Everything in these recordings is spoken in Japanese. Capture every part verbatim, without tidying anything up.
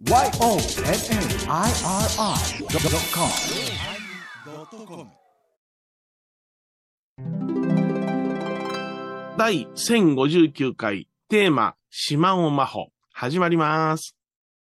ワイオーエヌエヌアイアールアイドットコム第せんごじゅうきゅうかいテーマ島尾真帆始まります。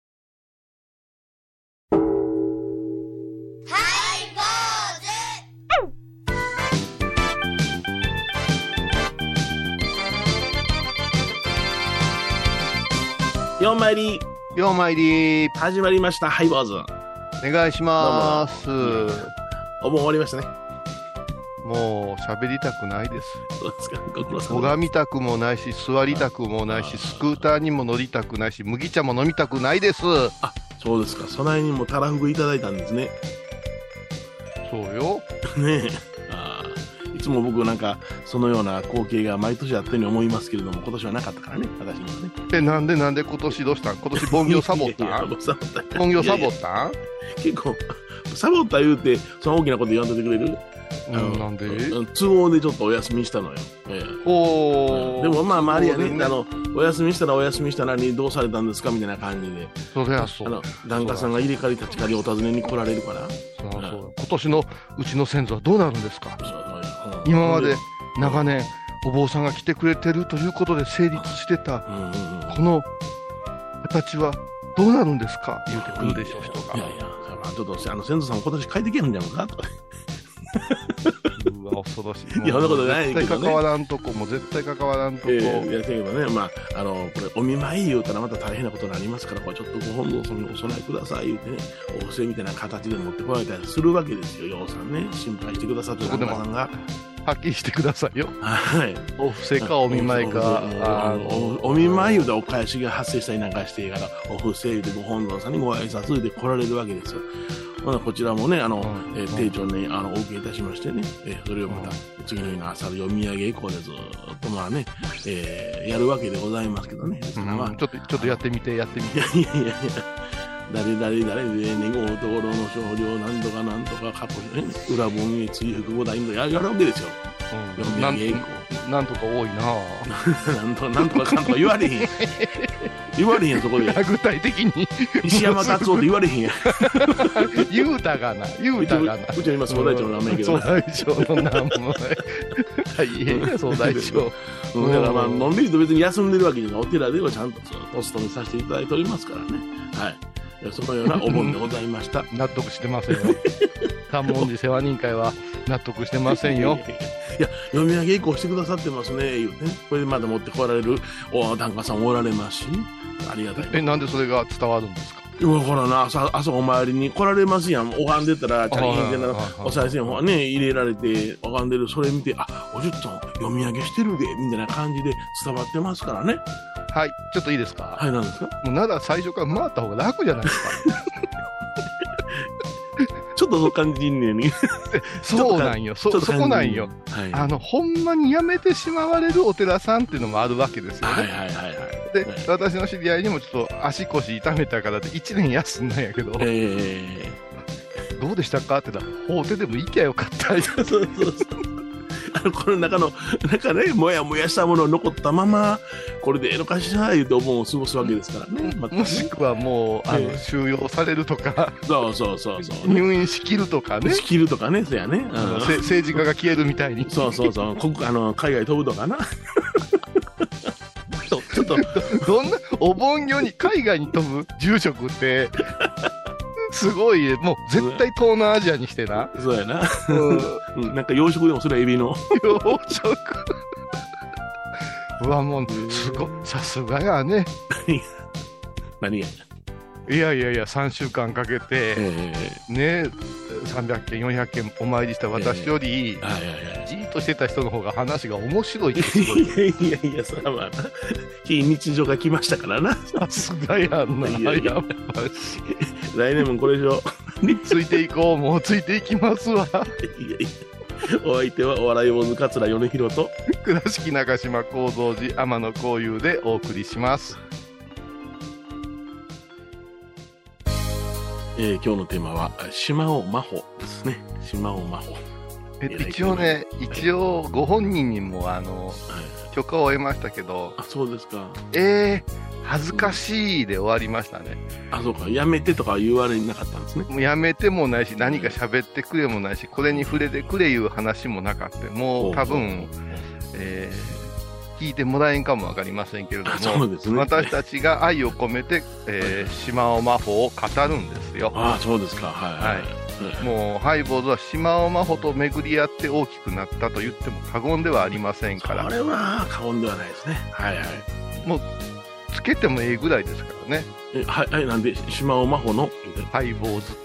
よんまいりよんまいり始まりました。ハイボーズお願いします。 お盆終わりましたね。 もう喋りたくないです。 そうですか。ご苦労様。 拝みたくもないし、座りたくもないし、スクーターにも乗りたくないし、麦茶も飲みたくないです。 あ、そうですか。そないにもたらふくいただいたんですね。 そうよ。 ねえ。あ、いつも僕なんかそのような光景が毎年あったように思いますけれども、今年はなかったからね、私にはね。 え、なんでなんで今年どうしたん？今年盆業サボったん？ いやいやサボった。 盆業サボったん？ 結構サボった言うてその大きなこと言わんといてくれる？ うん、なんで？ 都合でちょっとお休みしたのよ。ええ、 おー。 でもまあ周りはね、 ね、 あのお休みしたらお休みしたらにどうされたんですかみたいな感じで、 そりゃそう。 あの檀家さんが入れ替わり立ち替わりお尋ねに来られるから。 そうそう、うん、今年のうちの先祖はどうなるんですか？そうそう、うん、今まで長年お坊さんが来てくれてるということで成立してた、うんうんうん、この形はどうなるんですか言うてくるでしょう、人が。いやいや、 ちょっとあの先祖さん今年変えてけへんじゃんかとか。 うわ恐ろしい。 いやそんなことないけどね。 絶対関わらんとこも絶対関わらんとこ。えー、いやけどね、まああのこれお見舞い言うたらまた大変なことになりますから、これちょっとご本堂さんにお供えください言うてね、お布施みたいな形で持ってこられたりするわけですよ。ようさんね、心配してくださってる檀家さんが。 はっきりしてくださいよ。 はい。 お布施かお見舞いか。 あの お, お見舞い言うたらお返しが発生したりなんかしてから、お布施言うてご本堂さんにご挨拶で来られるわけですよ。まあ、こちらもね、あの、うんえー、丁重にあのお受けいたしましてね、えー、それをまた次の日の朝の読み上げ以降でずっとまあね、えー、やるわけでございますけどね。ですからまあ、 うん、ちょっと、ちょっとやってみて、やってみて。 いやいやいやいや。誰誰誰でね、ごところの少量なんとかなんとか過去ね、裏本へ追復五代とやるわけですよ。 うん、読み上げ以降。なんとか多いななんとかなんとかかんとか言われへん。言われへんそこで。 具体的に。 石山達夫って言われへんやん。 言うたがな、言うたがな。 うちは今総大長の名前やけど。 総大長の名前。大変や、総大長。 だからまあ、のんびりと別に休んでるわけじゃない。お寺ではちゃんとお勤めさせていただいておりますからね。はい。そのようなお盆でございました。 納得してませんよ。観音寺世話人会は納得してませんよ。 いや、読み上げ以降してくださってますね、言うてね。これでまだ持ってこられるお檀家さんおられますし、ね、ありがたい。 え、なんでそれが伝わるんですか？ いや、ほらな、朝、朝お参りに来られますやん。拝んでたら、チャリンってな、お賽銭をね、入れられて、拝んでる、それ見て、あ、おじゅっと読み上げしてるで、みたいな感じで伝わってますからね。 はい、ちょっといいですか？ はい、何ですか？ もうなら最初から回った方が楽じゃないですか。 ちょっとそう感じんねんね。 そうなんよ。そ、そこなんよ。はい、あの、ほんまにやめてしまわれるお寺さんっていうのもあるわけですよね。 はいはいはいはい。 で、はい、私の知り合いにもちょっと足腰痛めたからっていちねん休んだんやけど、えー、どうでしたかって言ったら、法廷でも行きゃよかった。そうそうそう。 あの、この中の、なんかね、もやもやしたもの残ったまま、これでええのかしら、言うてお盆を過ごすわけですからね。またね、 もしくはもう、あの、えー、収容されるとか、 そうそうそうそう、 ね。入院しきるとかね。 しきるとかね、そうやね。 うん、政治家が消えるみたいに。 そうそうそう。国あの海外飛ぶとかな。 ちょっと、どんな、お盆業に海外に飛ぶ住職って、すごい、もう絶対東南アジアにしてな。 そうやな。うん、なんか養殖でもそれはエビの。 養殖。うわ、もう、すごい、さすがやね。 何がいやいやいや、さんしゅうかんかけて、えー、ね、さんびゃっけん、よんひゃっけんお参りした私より、えー、じーっとしてた人の方が話が面白いってすごい。 いやいやいや、それはまあ、非日常が来ましたからな。 さすがやんな、いやいや、やっぱし。 来年もこれ以上ついていこう、もうついていきますわ。いやいや、お相手はお笑い坊主桂米広と倉敷中島幸三寺天野幸雄でお送りします。 えー、今日のテーマは島尾真帆ですね。島尾真帆。 え一応ね、一応ご本人にもあの、はい、許可を得ましたけど。 あ、そうですか。 えー、 恥ずかしいで終わりましたね。 あ、そうか。やめてとかは言われなかったんですね。 もうやめてもないし、何か喋ってくれもないし、これに触れてくれいう話もなかった。もう多分、えー、聞いてもらえんかもわかりませんけれども、 そうですね、 私たちが愛を込めて、えー、島尾真帆を語るんですよ。 ああ、そうですか。はい、はい。はいもうハイボーズは島尾真帆と巡り合って大きくなったと言っても過言ではありませんから。 これは過言ではないですね。はいはい。 もうつけてもええぐらいですからね。 え、はい、はい、なんで島尾真帆のハイボーズ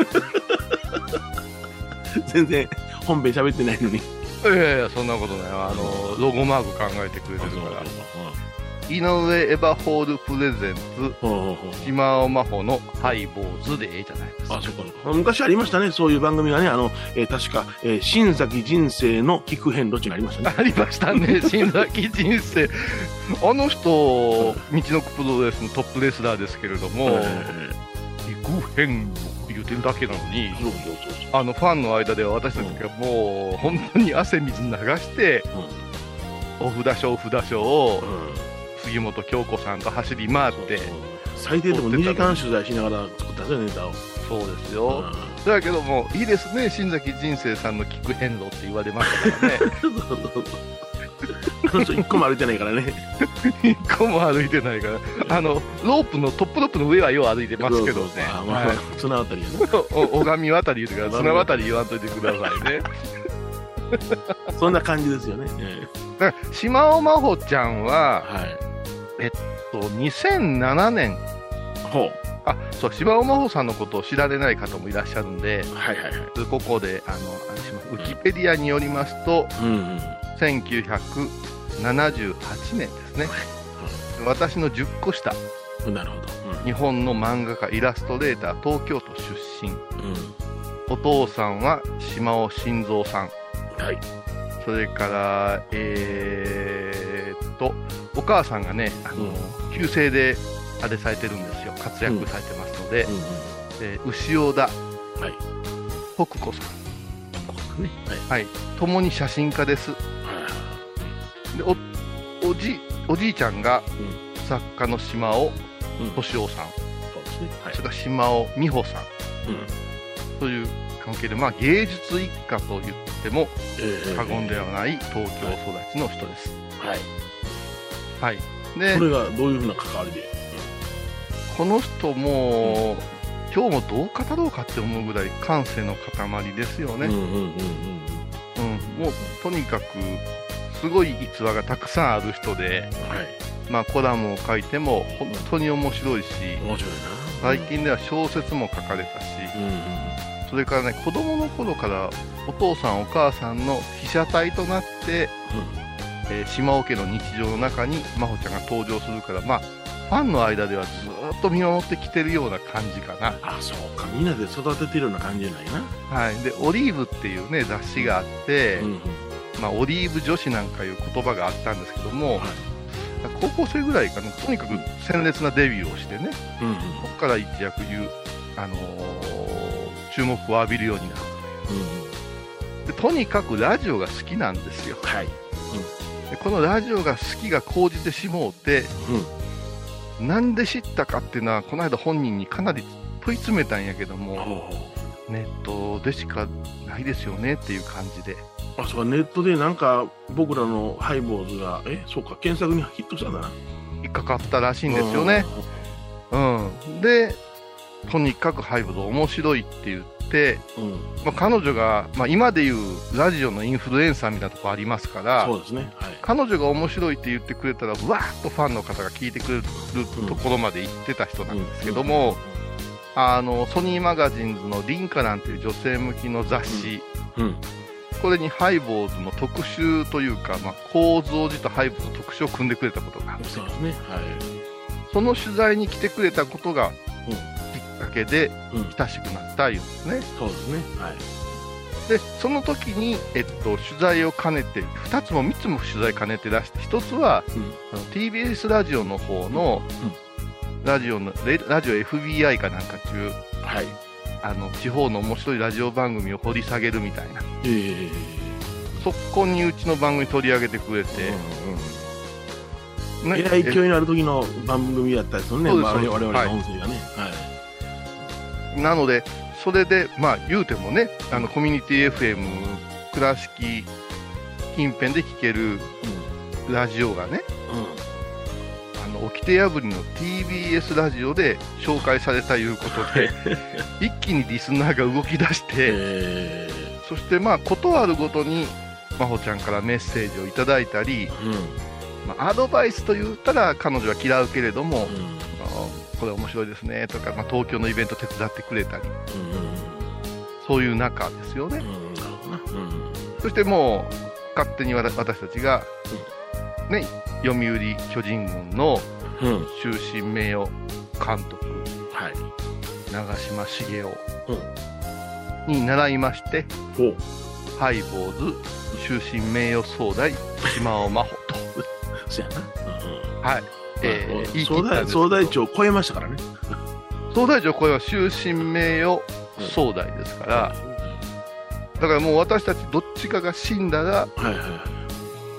全然本編喋ってないのに。 いやいやそんなことない。あのロゴマーク考えてくれてるから。井上エバホールプレゼンツ島尾真帆のハイボーズでええじゃないですか。 あ、そうか。昔ありましたね、そういう番組がね。あの、えー、確か、えー、新崎人生の聞く変路地がありましたね。 ありましたね、新崎人生。あの人、道のくプロレスのトップレスラーですけれども、聞く変路言うてるだけなのに、そうそうそうそう、あのファンの間では私たちがもう、本当に汗水流して、うん、お札書お札書を、うん杉本京子さんと走り回って最低でもにじかん取材しながら作ったんですよネタを。 そうですよ、うん、だけどもいいですね新崎人生さんの聞く変路って言われましたからねそうそうそうあの人一個も歩いてないからね一個も歩いてないからあのロープのトップロープの上はよう歩いてますけどね。 あ、まあ、はい、綱渡りやなお拝み渡り言うから綱渡り言わんといてくださいねそんな感じですよね。 だから島尾真帆ちゃんは、はい、えっとにせんななねん、ほう、あ、そう島尾真帆さんのことを知られない方もいらっしゃるんで、はいはいはい、ここであのウィキペディアによりますと、うんうん、せんきゅうひゃくななじゅうはちねんですね、うん、私のじゅっこ下、 なるほど、 うん、日本の漫画家イラストレーター東京都出身、うん、お父さんは島尾真三さん、はい、それからえー、っとお母さんがね、あの、うん、旧姓であれされてるんですよ、活躍されてますので、うんうんうん、えー、牛尾田、はい、北子さん、ね、はい、はい、共に写真家です、はい、で お, お, じおじいちゃんが作家の島尾敏夫さん、うん、そうですね、はい、それから島尾美穂さん、うん、という関係で、まあ、芸術一家と言っても過言ではない東京育ちの人です。はい、はい、でそれがどういうふうな関わりで、 この人も、うん、今日もどう語ろうかって思うぐらい感性の塊ですよね。もうとにかくすごい逸話がたくさんある人で、はい、まあ、コラムを書いても本当に面白いし、面白いな、最近では小説も書かれたし、うんうん、それからね、子供の頃からお父さんお母さんの被写体となって、うん、えー、島尾家の日常の中に真帆ちゃんが登場するから、まあファンの間ではずっと見守ってきてるような感じかな。あ、そうか、みんなで育ててるような感じじゃないな。はい、でオリーブっていうね雑誌があって、うんうん、まあ、オリーブ女子なんかいう言葉があったんですけども、はい、高校生ぐらいかな、とにかく鮮烈なデビューをしてね、うんうん、ここから一躍いう、あのー、注目を浴びるようになる、うんうん、でとにかくラジオが好きなんですよ、はい、うん、でこのラジオが好きが高じてしもうて、うん、なんで知ったかっていうのはこの間本人にかなり問い詰めたんやけども、ネットでしかないですよねっていう感じで。 あ、そうか、ネットでなんか僕らのハイボーズが、え、そうか、検索にヒットしたんだな。 引っかかったらしいんですよね。うん。で、とにかくハイボーズ面白いって言って、うん、まあ、彼女が、まあ、今でいうラジオのインフルエンサーみたいなとこありますから、 そうですね、はい、 彼女が面白いって言ってくれたら、わーっとファンの方が聞いてくれるところまで行ってた人なんですけども、うんうん、あのソニーマガジンズのリンカなんていう女性向きの雑誌、うんうん、これにハイボーズの特集というか、まあ、構造字とハイボーズの特集を組んでくれたことがあって、そうですね、はい、その取材に来てくれたことがきっかけで親しくなったいうんですね、うん、そうですね、はい、でその時に、えっと、取材を兼ねてふたつもみっつも取材兼ねて出して、ひとつは、うん、あの ティービーエス ラジオの方の、うん、ラジオのラジオ エフビーアイ かなんかっていう、はい、あの地方の面白いラジオ番組を掘り下げるみたいな、えー、そこにうちの番組取り上げてくれて、うんうん、 えらい勢いのある時の番組やったりするね、まあ、我々の音声がね、 はいはい、 なのでそれでまあ言うてもね、あのコミュニティ エフエム 倉敷近辺で聞けるラジオがね、うん、あの掟破りの ティービーエス ラジオで紹介されたいうことで一気にリスナーが動き出して、そしてまあことあるごとに真帆ちゃんからメッセージをいただいたり、うんまあ、アドバイスと言ったら彼女は嫌うけれども、うん、これ面白いですねとか、まあ、東京のイベント手伝ってくれたり、うん、そういう中ですよね、うんうん、そしてもう勝手に私たちが、うんね、読売巨人軍の終身名誉監督、うんはい、長嶋茂雄に習いまして、うん、ハイボーズ終身名誉総代島尾真帆とそうやな、うん、はい、 えー、 総大総大長を超えましたからね総大長を超えは終身名誉総代ですから、うん、だからもう私たちどっちかが死んだら、はいはいはい、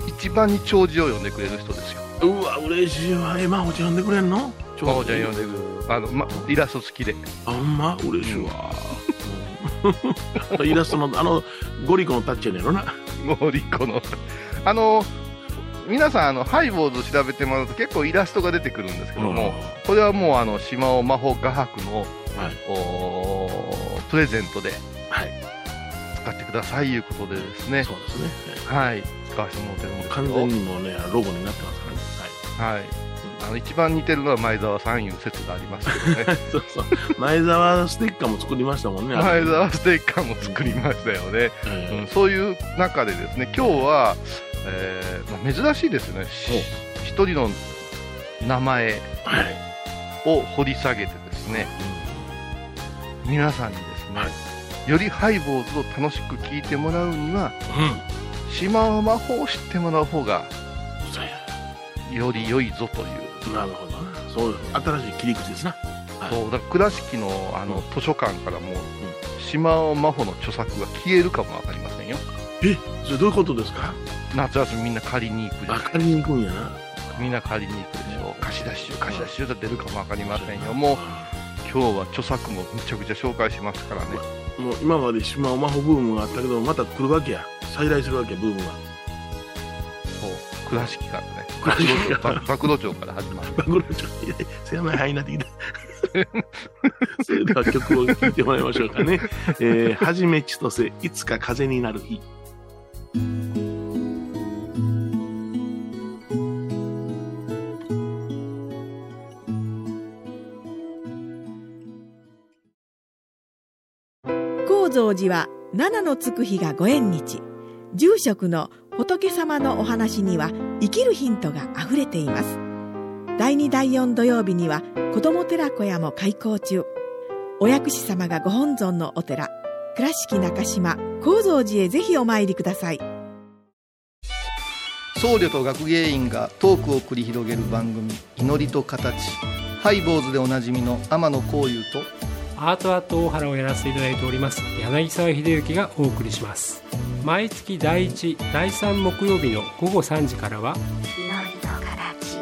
一番に弔辞を読んでくれる人ですよ。 うわ嬉しいわ。え真帆ちゃん呼んでくれんの？ 真帆ちゃん呼んでくるあの、ま、イラスト付きで。 あんま嬉しいわ、うん、イラストのあのゴリコのタッチやねんろな。 ゴリコのあの皆さんあのハイボーズ調べてもらうと結構イラストが出てくるんですけども、うん、これはもうあの島尾真帆画伯の、はい、おプレゼントで、はい、使ってくださいいうことでですね。 そうですね、 はい、使わせてもらってるんですけど、 完全にもうねロゴになってますからね。はい、はい、 あの一番似てるのは前澤さんいう説がありますけどね。 そうそう前澤ステッカーも作りましたもんね。 前澤ステッカーも作りましたよね、うんうん、そういう中でですね今日は、えーまあ、珍しいですよね。一人の名前を掘り下げてですね、うん、皆さんにですね、はい、よりハイボーズを楽しく聴いてもらうには、うん、島尾真帆を知ってもらう方がより良いぞという。 なるほどな。そう新しい切り口ですな、 はい、そうだから倉敷 の, あの図書館からも、うん、島尾真帆の著作が消えるかも分かりませんよ。 えそれどういうことですか？ 夏休みみんな借りに行くじゃない。 借りに行くんやな。 みんな借りに行くでしょ。貸し出し中貸し出し中と出るかも分かりませんよ。もう今日は著作もめちゃくちゃ紹介しますからね。 もう今まで島尾真帆ブームがあったけどまた来るわけや。再来するわけやブームが。 そう倉敷からね。暴露町から始まる。 暴露町せやない範囲になってきた。それでは曲を聴いてもらいましょうかね。えー、はじめちとせいつか風になる日。 高蔵寺は七のつく日がご縁日。住職の仏様のお話には生きるヒントがあふれています。だいにだいよん土曜日には子ども寺小屋も開校中。お薬師様がご本尊のお寺倉敷中島・高蔵寺へぜひお参りください。 僧侶と学芸員がトークを繰り広げる番組祈りと形。ハイボーズでおなじみの天野幸雄とアートアート大原をやらせていただいております柳沢秀幸がお送りします。毎月だいいち、だいさん木曜日の午後さんじからは祈りと形。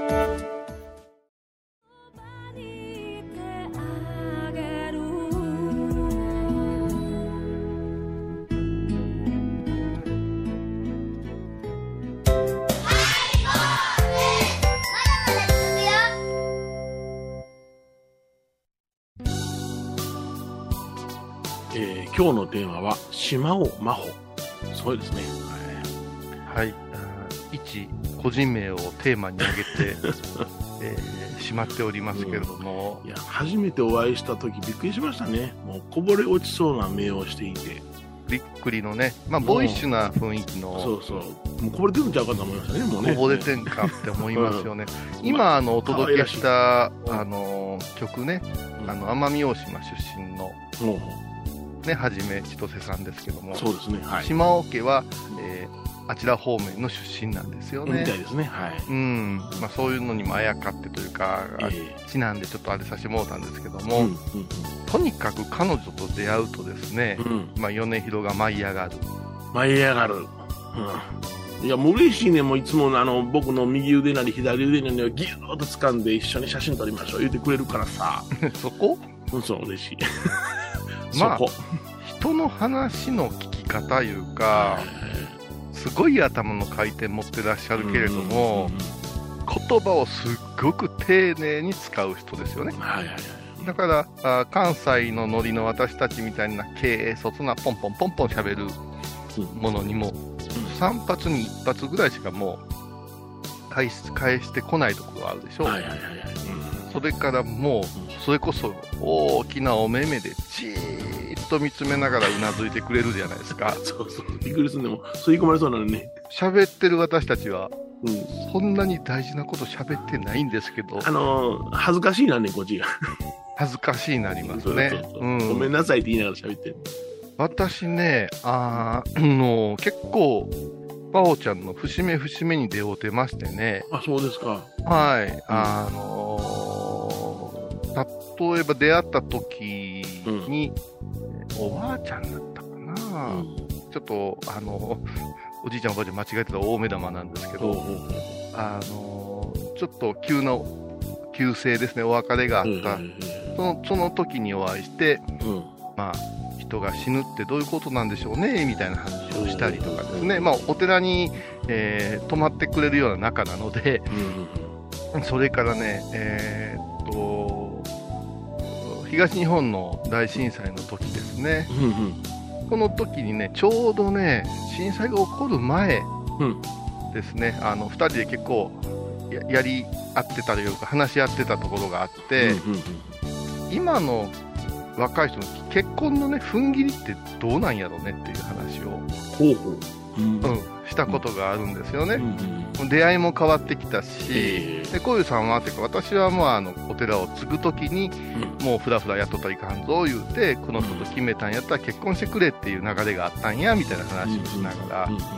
えー、今日のテーマは島尾真帆。そうですね。 はい。一個人名をテーマに挙げて、えー、しまっておりますけれども、 うん、いや初めてお会いした時びっくりしましたね。もうこぼれ落ちそうな目をしていて、 びっくりのね、まあボーイッシュな雰囲気の、 そうそう、もうこぼれてるんちゃうかと思いましたね。もうね。 こぼれてんかって思いますよね。うん、今あのお届けしたあの曲ね、うん、あの奄美大島出身の。うんね、はじめ千歳さんですけども、 そうですね、はい、 島尾家は、えー、あちら方面の出身なんですよね。 みたいですね、はい。 うん、まあ、そういうのにもあやかってというか、えー、ちなんでちょっとあれさせてもらったんですけども、うんうんうん、とにかく彼女と出会うとですね、うん、まあ、米広が舞い上がる。 舞い上がる。うん、 いや、もう嬉しいね。もういつもあの僕の右腕なり左腕なりをギューッと掴んで一緒に写真撮りましょう言ってくれるからさ。 そこうん、そう嬉しい。 まあ、 そこ人の話の聞き方いうか、すごい頭の回転持ってらっしゃるけれども、言葉をすっごく丁寧に使う人ですよね。 はいはいはい。 だからあ関西のノリの私たちみたいな軽率なポンポンポンポン喋るものにも、さん発にいち発ぐらいしかもう返し、返してこないところがあるでしょ。 はいはいはいはい。 それからもうそれこそ大きなお目目でじーっと見つめながらうなずいてくれるじゃないですか。 そうそう。びっくりするんでも吸い込まれそうなのにね。 喋ってる私たちは、 うん、 そんなに大事なこと喋ってないんですけど、 あのー、恥ずかしいなねこっちが。 恥ずかしいなりますね。 そうそうそう、うん、ごめんなさいって言いながら喋ってる。 私ね、あの結構パオちゃんの節目節目に出会うてましてね。 あ、そうですか。 はい、うん、あのー、例えば出会った時に、うん、おばあちゃんだったかな、うん、ちょっとあのおじいちゃんおばあちゃん間違えてた大目玉なんですけど、うん、あのー、ちょっと急な急性ですね、お別れがあった、うん、そのその時にお会いして、うん、まあ人が死ぬってどういうことなんでしょうねみたいな話をしたりとかですね、まあ、お寺に、えー、泊まってくれるような仲なので、うん、それからね、えー、っと東日本の大震災の時ですね、うんうん、この時にねちょうどね震災が起こる前ですね、うん、あのふたりで結構 や, やり合ってたというか話し合ってたところがあって、うんうんうん、今の若い人の結婚のね踏ん切りってどうなんやろうねっていう話をほうほう、うんうん、したことがあるんですよね、うんうん、出会いも変わってきたし、でこういうさんはっていうか私はもうあのお寺を継ぐときに、うん、もうフラフラやっとったらいかんぞ言うてこの人と決めたんやったら結婚してくれっていう流れがあったんやみたいな話をしながら、うんうんうん、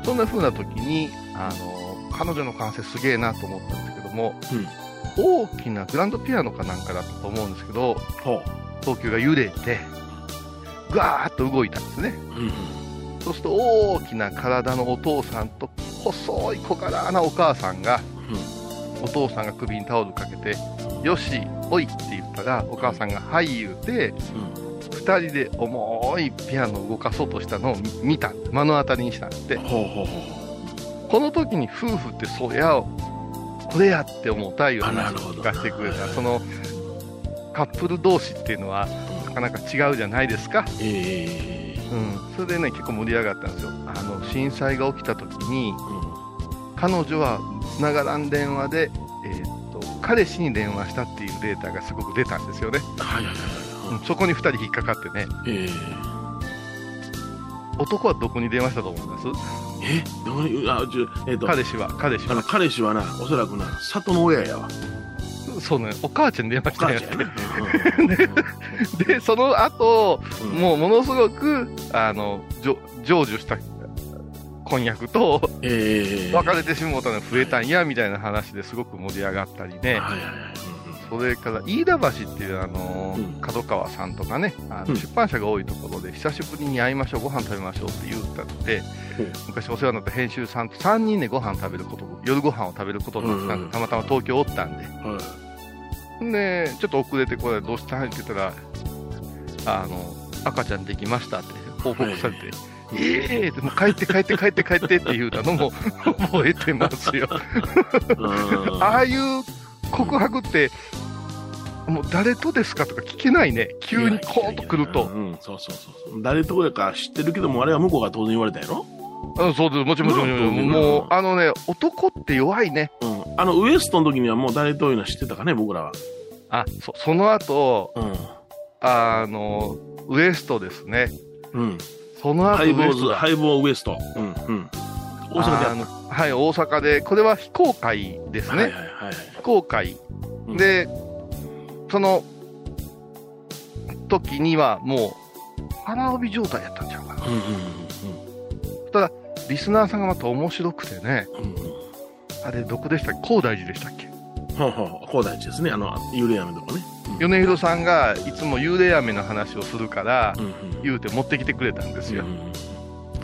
そんな風な時にあの彼女の感性すげえなと思ったんですけども、うん、大きなグランドピアノかなんかだったと思うんですけど、東急が揺れてガーッと動いたんですね、うん、そうすると大きな体のお父さんと細い小柄なお母さんが、うん、お父さんが首にタオルかけてよしおいって言ったらお母さんがはい言うて、うん、ふたりで重いピアノを動かそうとしたのを見た目の当たりにしたんですって。ほうほうほう。この時に夫婦ってそうやこれやって思ったいう話を聞かせてくれた。そのカップル同士っていうのはなかなか違うじゃないですか、えーうん、それでね結構盛り上がったんですよ。あの震災が起きた時に、うん、彼女は繋がらん電話で、えー、っと彼氏に電話したっていうデータがすごく出たんですよね、はいはいはいはい、うん、そこにふたり引っかかってね、えー、男はどこに電話したと思います？ えどこにあちょ、えー、と彼氏は彼氏はあの彼氏はなおそらくな里の親やわ。 そうね、お母ちゃんに電話したんやねでその後、うん、もうものすごくあの成就した婚約と、えー、別れてしもうたのが増えたんやみたいな話ですごく盛り上がったりね、はいはいはい、それから飯田橋っていうあの、うん、角川さんとかねあの、うん、出版社が多いところで久しぶりに会いましょうご飯食べましょうって言ったって、うん、昔お世話になった編集さんとさんにんでご飯食べること夜ご飯を食べることになったんで、うんうん、たまたま東京おったんで、うん、でちょっと遅れてこれどうしたんって言ったらあの赤ちゃんできましたって報告されて、はいええー、でも帰って帰って帰って帰ってって言うたのも覚えてますよああいう告白ってもう誰とですかとか聞けないね。急にコーンと来ると。 うん、そうそうそう。誰とやか知ってるけども、あれは向こうが当然言われたやろ。 うん、そうです。もちろんもちろん。も, もう、あのね、男って弱いね。 うん。あの、ウエストの時にはもう誰というのは知ってたかね、僕らは。 あ、そ、その後、うん、あの、ウエストですね。うん。その後ハイボーズ、ハイボーウエスト。うん、うん。大阪であのはい、大阪で、これは非公開ですね。はいはいはい。非公開。うん、で、その時にはもう腹帯状態やったんちゃうかな。うんうんうんうん、ただリスナーさんがまた面白くてね、うんうん、あれどこでしたっけ？高大寺でしたっけ？ ほうほう、高大寺ですね。あの幽霊飴とかね。 うん、米広さんがいつも幽霊飴の話をするから、うんうん、言うて持ってきてくれたんですよ。うんうん、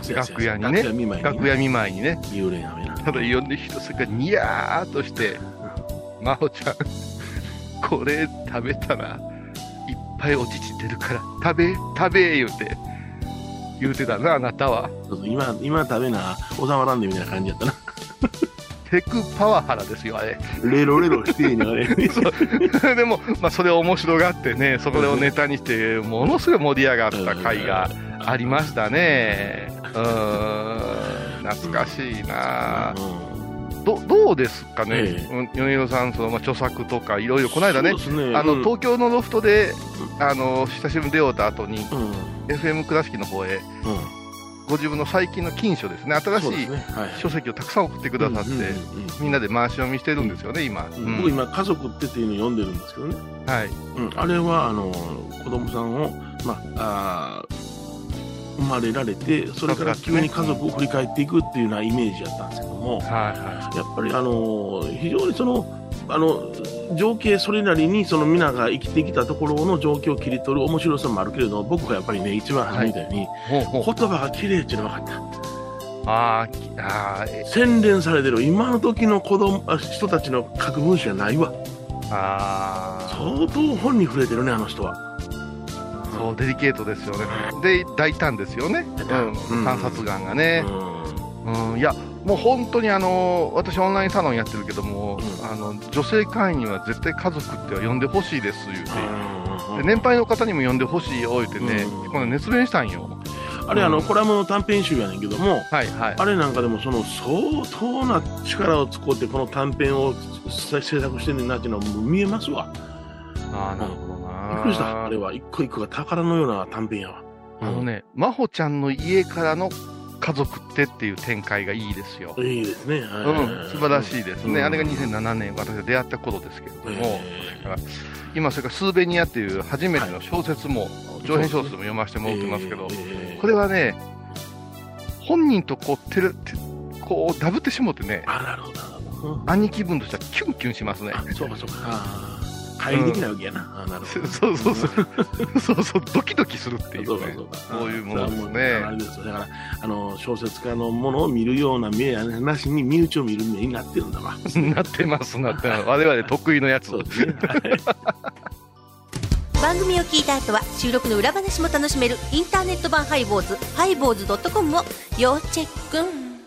楽屋にね、 楽屋見舞いにね楽屋見舞いにね、 幽霊鍋な。 ただ呼んで人それからニヤーっとして「真帆ちゃんこれ食べたらいっぱいお乳出るから食べ食べ」言うて言うてたな、あなたは。 そうそう今今食べな収まらんでみたいな感じやったな。 テクパワハラですよあれ。 レロレロしてんのあれ。 そうでも、まあ、それを面白がってね、そこをネタにしてものすごい盛り上がった回がありましたね。うーん、懐かしいな。ど, どうですかね、 ええ米広さん、その、まあ、著作とかいろいろ、この間ね、 そうですねあのうん東京のロフトで、あの久しぶりに出会うた後に、 うんうんエフエム 倉敷の方へ、ご自分の最近の金書ですね、新しいそうですねはい書籍をたくさん送ってくださって、 うんうんうんみんなで回し読みしてるんですよね、今。 うんうん僕今家族ってっていうのを読んでるんですけどね、 はい、 うん、あれはあの子供さんを、まあ、あー生まれられてそれから急に家族を振り返っていくっていうようなイメージやったんですけども、 はいはやっぱりあの非常にそのあの情景それなりにその皆が生きてきたところの状況を切り取る面白さもあるけれど、僕はやっぱりね一番初めたように、 い。ほうほう言葉が綺麗っていうのが分かった。 あーきあーえ洗練されてる今の時の子供あ人たちの書く文章じゃないわ。 あ相当本に触れてるねあの人は。 ーそうデリケートですよね。で大胆ですよね、うん、観察眼がね、うん、いやもう本当にあの私オンラインサロンやってるけども、 うんあの女性会員には絶対家族っては呼んでほしいです言うて、 うんで年配の方にも呼んでほしいよ言うてね、 うんこの熱弁したんよ。 あれあのコラムの短編集やねんけども、 はいはいあれなんかでもその相当な力を使ってこの短編を制作してんねんなっていうのはもう見えますわ。 あーなるほどな。 びっくりした。あれは一個一個が宝のような短編やわ。 あのね、真帆ちゃんの家からの家族ってっていう展開がいいですよ。 うん、いいですね。はいうん、素晴らしいですね、 うんあれがにせんななねん私が出会った頃ですけれども、 えだから今それからスーベニアっていう初めての小説も、長編小説も読ませてもらってますけど、 えーこれはね本人とこうてるてこうダブってしもってね、 あ、なるほどなるほど。うん兄貴分としてはキュンキュンしますね。 あ、そうかそうか。あー乖離できないわけやな。あ、なるほど。 そうそうそうそうそうドキドキするっていうそうかね、 そうか。 そういうものですそれはもうあね。 れですよだからあの小説家のものを見るような目やなしに身内を見る目になってるんだわ。 なってますなってます。我々得意のやつ。 そうですね。はい番組を聞いた後は収録の裏話も楽しめるインターネット版ハイボーズハイボーズドットコムを要チェック。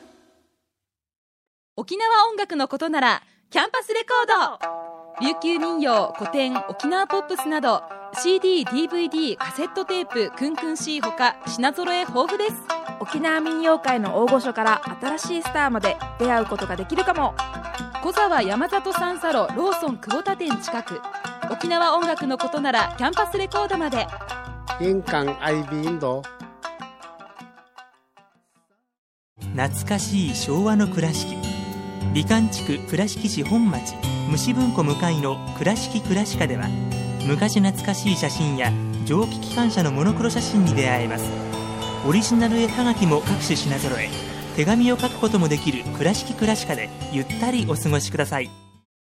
沖縄音楽のことならキャンパスレコード、琉球民謡、古典、沖縄ポップスなど シーディー、ディーブイディー、カセットテープ、クンクン C ほか品揃え豊富です。 沖縄民謡界の大御所から新しいスターまで出会うことができるかも。 小沢山里三佐路ローソン久保田店近く。沖縄音楽のことならキャンパスレコードまで。 印港 アイビー インド。 懐かしい昭和の倉敷、美観地区倉敷市本町虫文庫向かいの倉敷倉歯科では、昔懐かしい写真や蒸気機関車のモノクロ写真に出会えます。オリジナル絵はがきも各種品揃え、手紙を書くこともできる倉敷倉歯科でゆったりお過ごしください。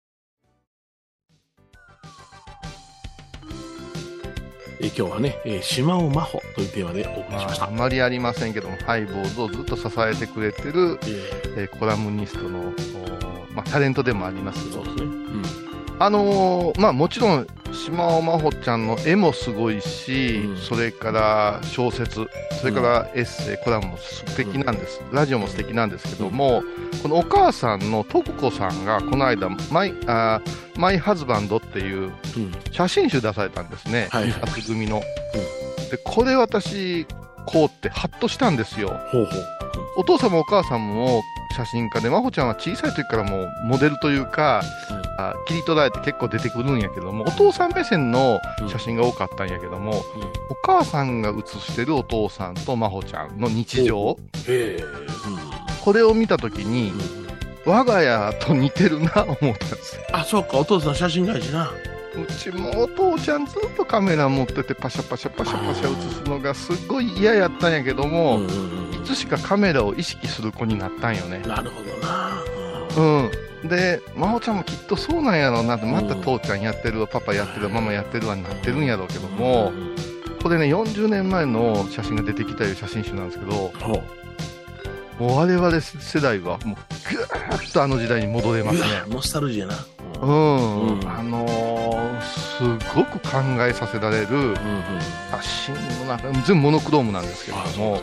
え今日はね、えー、島尾真帆というテーマでお送りしました。 あんまりありませんけども、ハイボーズをずっと支えてくれてる、 ええーコラムニストの、おまあ、タレントでもありますーそうですね。うんあのーまあもちろん島尾真帆ちゃんの絵もすごいし、 うんそれから小説、それからエッセイ、コラムも素敵なんです、ラジオも素敵なんですけども、このお母さんの徳子さんがこの間マイあーマイハズバンドっていううん写真集出されたんですね、 はいはい厚組の、でこれ私こうってハッとしたんですよ。 ほうほう。 お父さんもお母さんも写真家で、真帆ちゃんは小さい時からもうモデルというか、あ切り取られて結構出てくるんやけども、お父さん目線の写真が多かったんやけども、 うんお母さんが写してるお父さんと真帆ちゃんの日常、 へえ。 これを見た時に、我が家と似てるな思ったんですよ。 あ、そうか、お父さん写真会しな。 うちもお父ちゃんずっとカメラ持っててパシャパシャパシャパシャ写すのがすっごい嫌やったんやけども、 うんうんうんいつしかカメラを意識する子になったんよね。 なるほどな。 うん。で、真帆ちゃんもきっとそうなんやろうなって、また父ちゃんやってるわ、パパやってるわ、ママやってるわになってるんやろうけども、 これねよんじゅうねんまえの写真が出てきたいう写真集なんですけど、もう我々世代はもうぐーっとあの時代に戻れますね。 ノスタルジーやな。 うん、うん、あのー、すごく考えさせられる、うんうん、写真の中全部モノクロームなんですけれども、はい、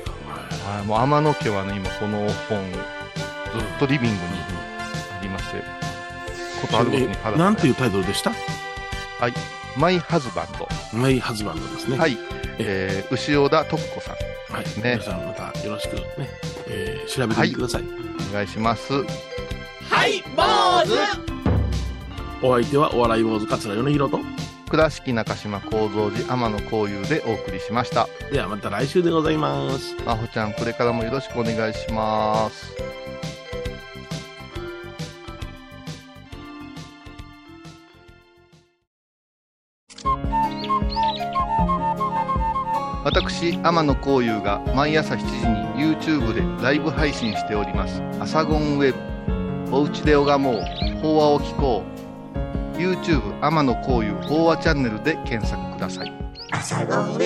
もう天野家はね今この本ずっとリビングにありまして、ことあるごとにパラなんていうタイトルでした？ はい、マイハズバンド。 マイハズバンドですね。 はい、えー、牛尾田徳子さん、 はい、 ね、 皆さんまたよろしくね、えー、調べてみてください。はい、 お願いします。 はい、坊主。 お相手はお笑い坊主桂米宏と倉敷中島幸三寺天野幸雄でお送りしました。 ではまた来週でございます。 まほちゃん、これからもよろしくお願いします。私天野幸雄が毎朝しちじに YouTube でライブ配信しておりますアサゴンウェブ。おうちで拝もう、法話を聞こう。YouTube 天野幸雄法話チャンネルで検索ください。 アサゴンウェブ。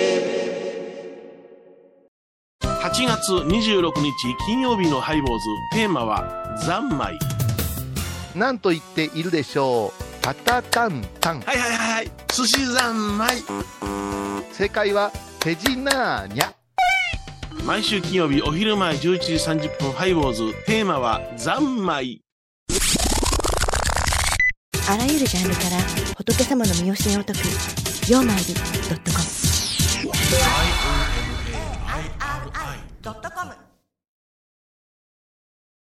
はちがつにじゅうろくにち金曜日のハイボーズ、テーマは三昧。 なんと言っているでしょう。タタタンタン。 はいはいはい、寿司三昧。 正解は手品ーにゃ。 毎週金曜日お昼前じゅういちじさんじゅっぷんハイボーズ、テーマは三昧。 あらゆるジャンルから仏様の身教えを説くようまいり .com。 アイアールアイ ドットコム